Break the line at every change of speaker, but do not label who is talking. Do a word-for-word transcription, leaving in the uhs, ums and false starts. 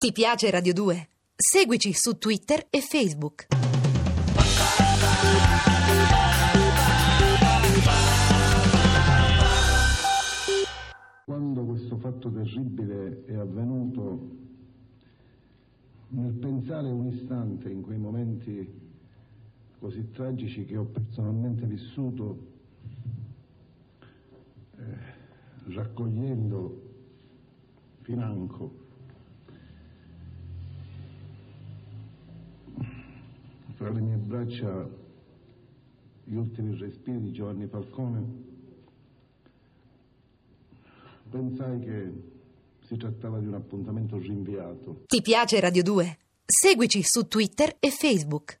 Ti piace Radio due? Seguici su Twitter e Facebook.
Quando questo fatto terribile è avvenuto, nel pensare un istante in quei momenti così tragici che ho personalmente vissuto, eh, raccogliendo financo tra le mie braccia gli ultimi respiri di Giovanni Falcone, pensai che si trattava di un appuntamento rinviato.
Ti piace Radio due? Seguici su Twitter e Facebook.